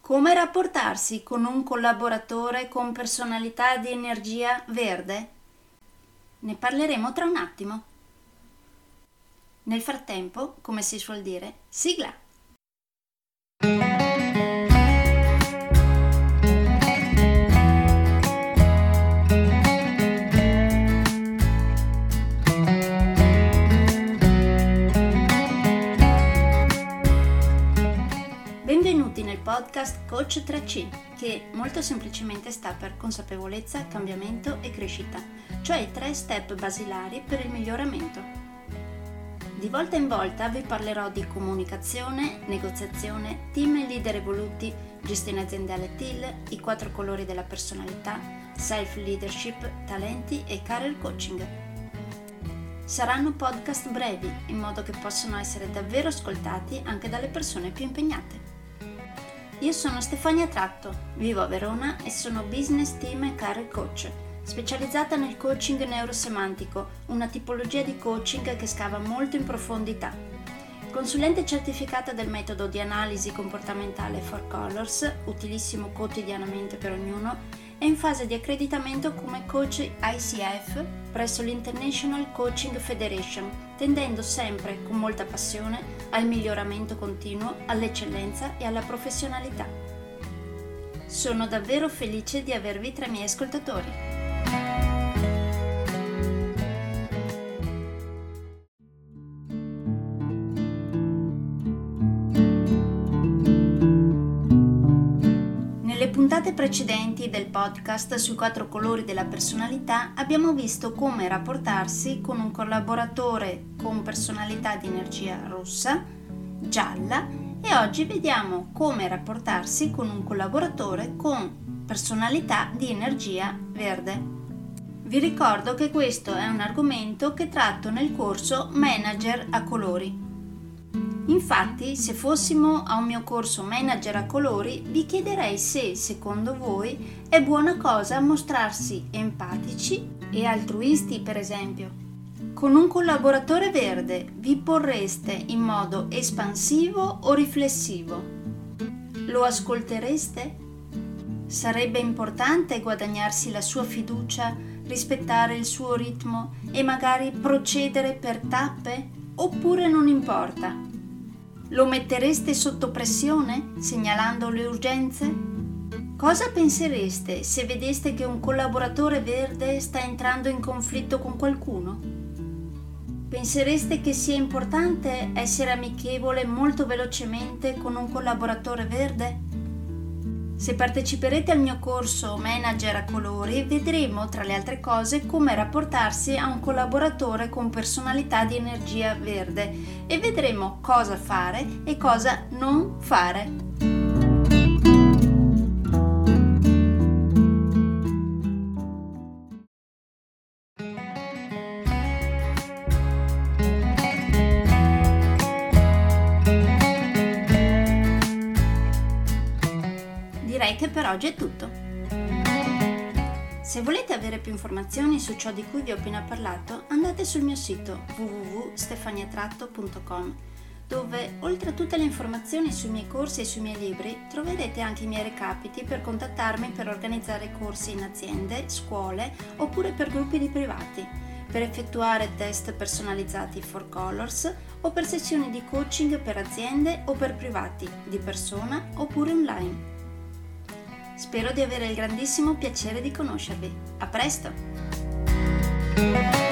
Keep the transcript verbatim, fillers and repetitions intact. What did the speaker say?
Come rapportarsi con un collaboratore con personalità di energia verde? Ne parleremo tra un attimo. Nel frattempo, come si suol dire, sigla! Benvenuti nel podcast Coach tre C, che molto semplicemente sta per consapevolezza, cambiamento e crescita, cioè i tre step basilari per il miglioramento. Di volta in volta vi parlerò di comunicazione, negoziazione, team e leader evoluti, gestione aziendale T I L, i quattro colori della personalità, self-leadership, talenti e career coaching. Saranno podcast brevi, in modo che possano essere davvero ascoltati anche dalle persone più impegnate. Io sono Stefania Tratto, vivo a Verona e sono Business Team e Career Coach, specializzata nel coaching neurosemantico, una tipologia di coaching che scava molto in profondità. Consulente certificata del metodo di analisi comportamentale Four Colors, utilissimo quotidianamente per ognuno, e in fase di accreditamento come coach I C F presso l'International Coaching Federation, tendendo sempre con molta passione al miglioramento continuo, all'eccellenza e alla professionalità. Sono davvero felice di avervi tra i miei ascoltatori. Nelle puntate precedenti del podcast sui quattro colori della personalità abbiamo visto come rapportarsi con un collaboratore con personalità di energia rossa, gialla e oggi vediamo come rapportarsi con un collaboratore con personalità di energia verde. Vi ricordo che questo è un argomento che tratto nel corso Manager a colori. Infatti, se fossimo a un mio corso Manager a colori, vi chiederei se, secondo voi, è buona cosa mostrarsi empatici e altruisti, per esempio. Con un collaboratore verde vi porreste in modo espansivo o riflessivo? Lo ascoltereste? Sarebbe importante guadagnarsi la sua fiducia, rispettare il suo ritmo e magari procedere per tappe? Oppure non importa? Lo mettereste sotto pressione, segnalando le urgenze? Cosa pensereste se vedeste che un collaboratore verde sta entrando in conflitto con qualcuno? Pensereste che sia importante essere amichevole molto velocemente con un collaboratore verde? Se parteciperete al mio corso Manager a colori, vedremo tra le altre cose come rapportarsi a un collaboratore con personalità di energia verde e vedremo cosa fare e cosa non fare. Direi che per oggi è tutto. Se volete avere più informazioni su ciò di cui vi ho appena parlato, andate sul mio sito w w w punto stefania tratto punto com, dove oltre a tutte le informazioni sui miei corsi e sui miei libri troverete anche i miei recapiti per contattarmi per organizzare corsi in aziende, scuole oppure per gruppi di privati, per effettuare test personalizzati Four Colors o per sessioni di coaching per aziende o per privati, di persona oppure online. Spero di avere il grandissimo piacere di conoscervi. A presto!